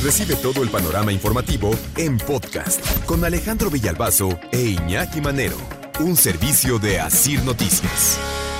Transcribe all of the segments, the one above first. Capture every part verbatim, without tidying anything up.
Recibe todo el panorama informativo en podcast con Alejandro Villalbazo e Iñaki Manero, un servicio de Asir Noticias.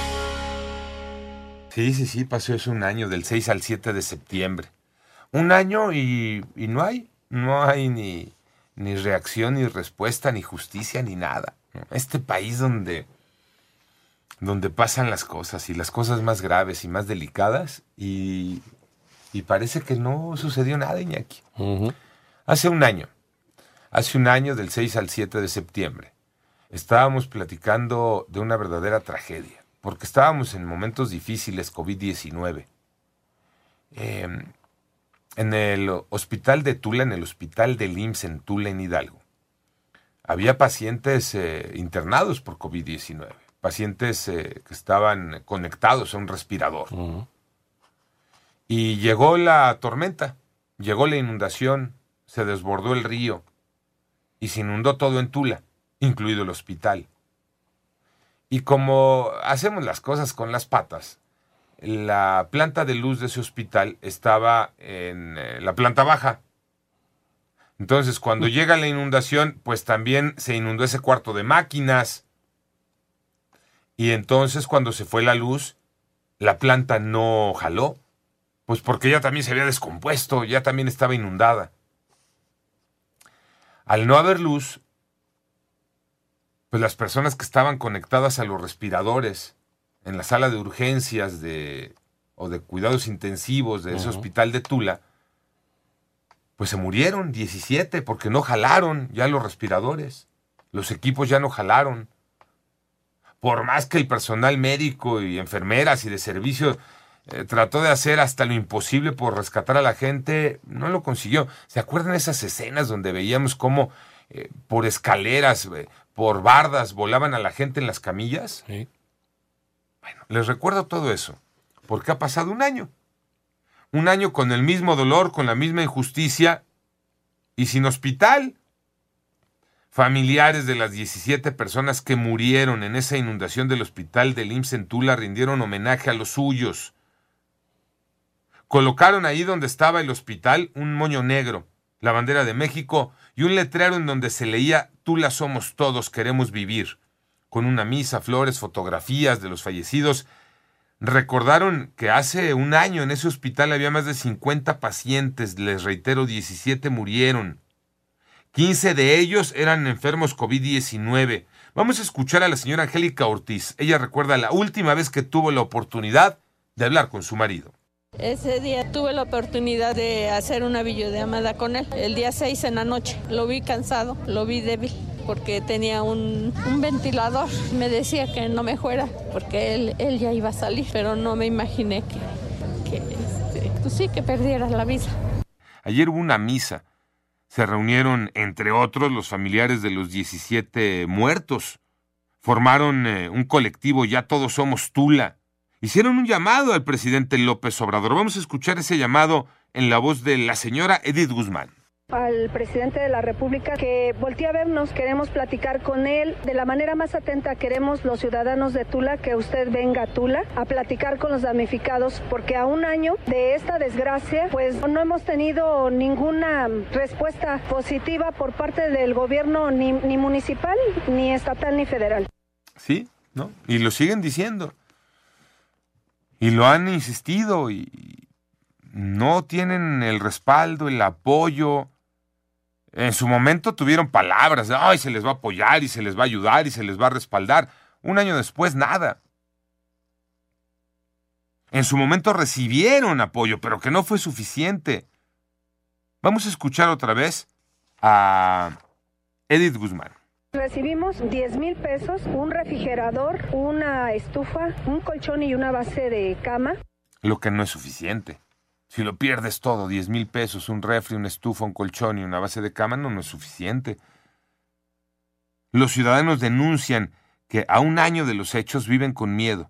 Sí, sí, sí, pasó eso un año, del seis al siete de septiembre. Un año y, y no hay, no hay ni, ni reacción, ni respuesta, ni justicia, ni nada. Este país donde, donde pasan las cosas, y las cosas más graves y más delicadas, y, y parece que no sucedió nada, Iñaki. Uh-huh. Hace un año, hace un año, del seis al siete de septiembre, estábamos platicando de una verdadera tragedia, porque estábamos en momentos difíciles, covid diecinueve. Eh, en el hospital de Tula, en el hospital del I M S S en Tula, en Hidalgo, había pacientes eh, internados por covid diecinueve, pacientes eh, que estaban conectados a un respirador. Uh-huh. Y llegó la tormenta, llegó la inundación, se desbordó el río y se inundó todo en Tula, incluido el hospital. Y como hacemos las cosas con las patas, la planta de luz de ese hospital estaba en eh, la planta baja. Entonces, cuando llega la inundación, pues también se inundó ese cuarto de máquinas. Y entonces, cuando se fue la luz, la planta no jaló, pues porque ya también se había descompuesto, ya también estaba inundada. Al no haber luz, pues las personas que estaban conectadas a los respiradores en la sala de urgencias de, o de cuidados intensivos de ese uh-huh. hospital de Tula, pues se murieron, diecisiete, porque no jalaron ya los respiradores. Los equipos ya no jalaron. Por más que el personal médico y enfermeras y de servicio eh, trató de hacer hasta lo imposible por rescatar a la gente, no lo consiguió. ¿Se acuerdan esas escenas donde veíamos cómo eh, por escaleras, eh, por bardas, volaban a la gente en las camillas? Sí. Bueno, les recuerdo todo eso, porque ha pasado un año. Un año con el mismo dolor, con la misma injusticia y sin hospital. Familiares de las diecisiete personas que murieron en esa inundación del hospital del I M S S en Tula rindieron homenaje a los suyos. Colocaron ahí donde estaba el hospital un moño negro, la bandera de México y un letrero en donde se leía "Tula somos todos, queremos vivir", con una misa, flores, fotografías de los fallecidos. Recordaron que hace un año en ese hospital había más de cincuenta pacientes, les reitero, diecisiete murieron. quince de ellos eran enfermos covid diecinueve. Vamos a escuchar a la señora Angélica Ortiz. Ella recuerda la última vez que tuvo la oportunidad de hablar con su marido. Ese día tuve la oportunidad de hacer una videollamada con él, el día seis en la noche. Lo vi cansado, lo vi débil, porque tenía un, un ventilador. Me decía que no me fuera, porque él, él ya iba a salir, pero no me imaginé que, que, este, pues sí, que perdiera la vida. Ayer hubo una misa. Se reunieron, entre otros, los familiares de los diecisiete muertos. Formaron eh, un colectivo, Ya Todos Somos Tula. Hicieron un llamado al presidente López Obrador. Vamos a escuchar ese llamado en la voz de la señora Edith Guzmán. Al presidente de la República que voltee a vernos, queremos platicar con él de la manera más atenta. Queremos los ciudadanos de Tula que usted venga a Tula a platicar con los damnificados, porque a un año de esta desgracia pues no hemos tenido ninguna respuesta positiva por parte del gobierno ni, ni municipal, ni estatal, ni federal. Sí, ¿no? Y lo siguen diciendo. Y lo han insistido y no tienen el respaldo, el apoyo. En su momento tuvieron palabras de "ay, se les va a apoyar y se les va a ayudar y se les va a respaldar". Un año después, nada. En su momento recibieron apoyo, pero que no fue suficiente. Vamos a escuchar otra vez a Edith Guzmán. Recibimos diez mil pesos, un refrigerador, una estufa, un colchón y una base de cama. Lo que no es suficiente. Si lo pierdes todo, diez mil pesos, un refri, una estufa, un colchón y una base de cama, no, no es suficiente. Los ciudadanos denuncian que a un año de los hechos viven con miedo.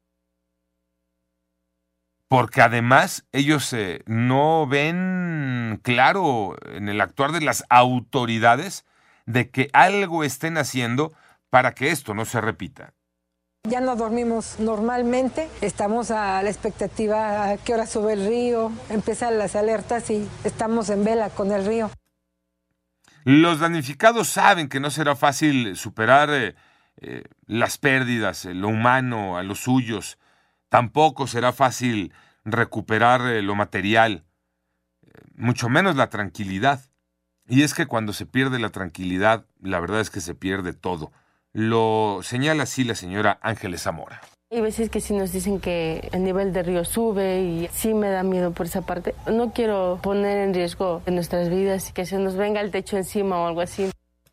Porque además ellos eh, no ven claro en el actuar de las autoridades de que algo estén haciendo para que esto no se repita. Ya no dormimos normalmente, estamos a la expectativa a qué hora sube el río, empiezan las alertas y estamos en vela con el río. Los damnificados saben que no será fácil superar eh, eh, las pérdidas, eh, lo humano, a los suyos. Tampoco será fácil recuperar eh, lo material, eh, mucho menos la tranquilidad. Y es que cuando se pierde la tranquilidad, la verdad es que se pierde todo. Lo señala así la señora Ángeles Zamora. Hay veces que sí nos dicen que el nivel del río sube y sí me da miedo por esa parte. No quiero poner en riesgo nuestras vidas y que se nos venga el techo encima o algo así.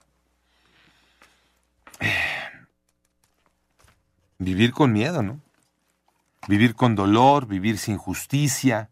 Vivir con miedo, ¿no? Vivir con dolor, vivir sin justicia.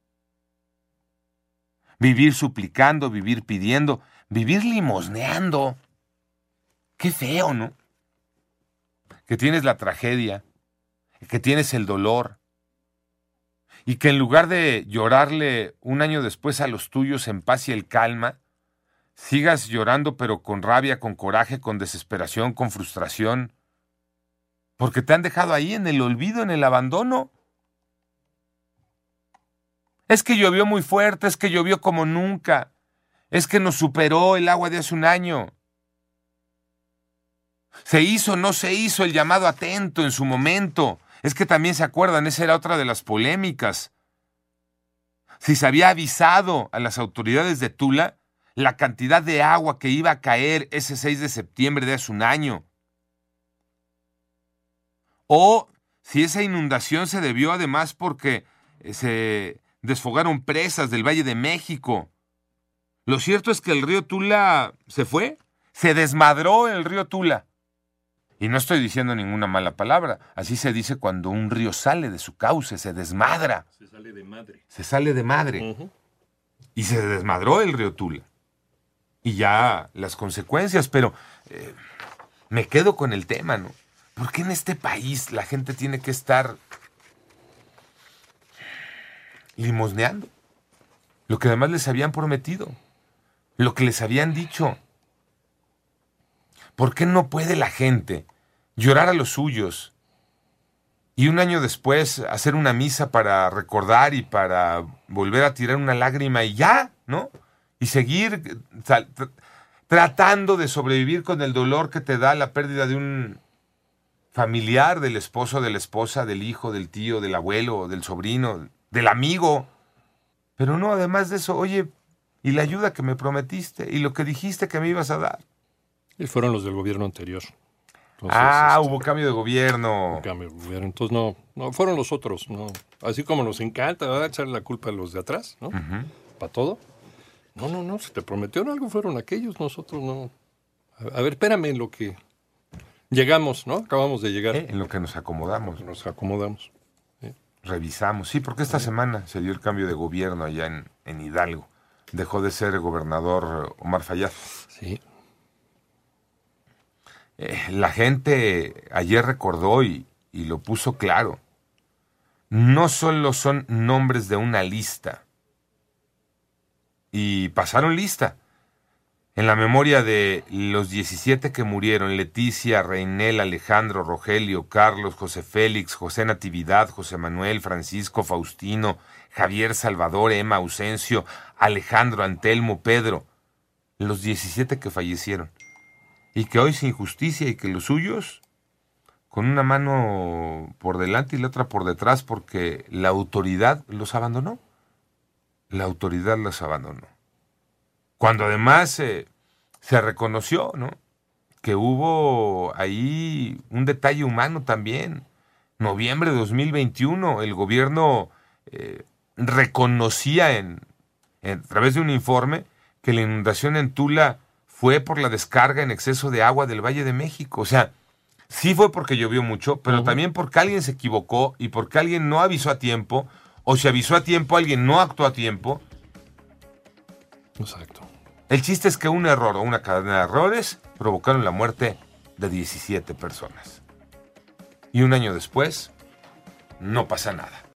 Vivir suplicando, vivir pidiendo, vivir limosneando. Qué feo, ¿no? Que tienes la tragedia, que tienes el dolor, y que en lugar de llorarle un año después a los tuyos en paz y el calma, sigas llorando pero con rabia, con coraje, con desesperación, con frustración, porque te han dejado ahí en el olvido, en el abandono. Es que llovió muy fuerte, es que llovió como nunca, es que nos superó el agua de hace un año. ¿Se hizo o no se hizo el llamado atento en su momento? Es que también se acuerdan, esa era otra de las polémicas. Si se había avisado a las autoridades de Tula la cantidad de agua que iba a caer ese seis de septiembre de hace un año. O si esa inundación se debió además porque se desfogaron presas del Valle de México. Lo cierto es que el río Tula se fue, se desmadró el río Tula. Y no estoy diciendo ninguna mala palabra. Así se dice cuando un río sale de su cauce, se desmadra. Se sale de madre. Se sale de madre. Uh-huh. Y se desmadró el río Tula. Y ya las consecuencias, pero eh, me quedo con el tema, ¿no? ¿Por qué en este país la gente tiene que estar limosneando lo que además les habían prometido, lo que les habían dicho? ¿Por qué no puede la gente llorar a los suyos y un año después hacer una misa para recordar y para volver a tirar una lágrima y ya, ¿no? Y seguir tra- tra- tratando de sobrevivir con el dolor que te da la pérdida de un familiar, del esposo, de la esposa, del hijo, del tío, del abuelo, del sobrino, del amigo? Pero no, además de eso, oye, ¿y la ayuda que me prometiste? ¿Y lo que dijiste que me ibas a dar? Y fueron los del gobierno anterior. Entonces, ah, este, hubo cambio de gobierno. Hubo cambio de gobierno. Entonces, no, no fueron los otros. No. Así como nos encanta, ¿verdad?, echarle la culpa a los de atrás, ¿no? Uh-huh. Para todo. No, no, no. Si te prometieron algo, fueron aquellos. Nosotros no. A, a ver, espérame en lo que llegamos, ¿no? Acabamos de llegar. ¿Eh? En lo que nos acomodamos. Nos acomodamos. ¿Sí? Revisamos. Sí, porque esta sí. semana se dio el cambio de gobierno allá en, en Hidalgo. Dejó de ser gobernador Omar Fayad. Sí. Eh, la gente ayer recordó y, y lo puso claro. No solo son nombres de una lista. Y pasaron lista. En la memoria de los diecisiete que murieron: Leticia, Reinel, Alejandro, Rogelio, Carlos, José Félix, José Natividad, José Manuel, Francisco, Faustino, Javier, Salvador, Emma, Ausencio, Alejandro, Antelmo, Pedro. Los diecisiete que fallecieron. Y que hoy sin justicia y que los suyos con una mano por delante y la otra por detrás porque la autoridad los abandonó. La autoridad los abandonó. Cuando además eh, se reconoció, ¿no?, que hubo ahí un detalle humano también. Noviembre de dos mil veintiuno, el gobierno eh, reconocía en, en, a través de un informe que la inundación en Tula fue por la descarga en exceso de agua del Valle de México. O sea, sí fue porque llovió mucho, pero uh-huh. también porque alguien se equivocó y porque alguien no avisó a tiempo, o si avisó a tiempo, alguien no actuó a tiempo. Exacto. El chiste es que un error o una cadena de errores provocaron la muerte de diecisiete personas. Y un año después, no pasa nada.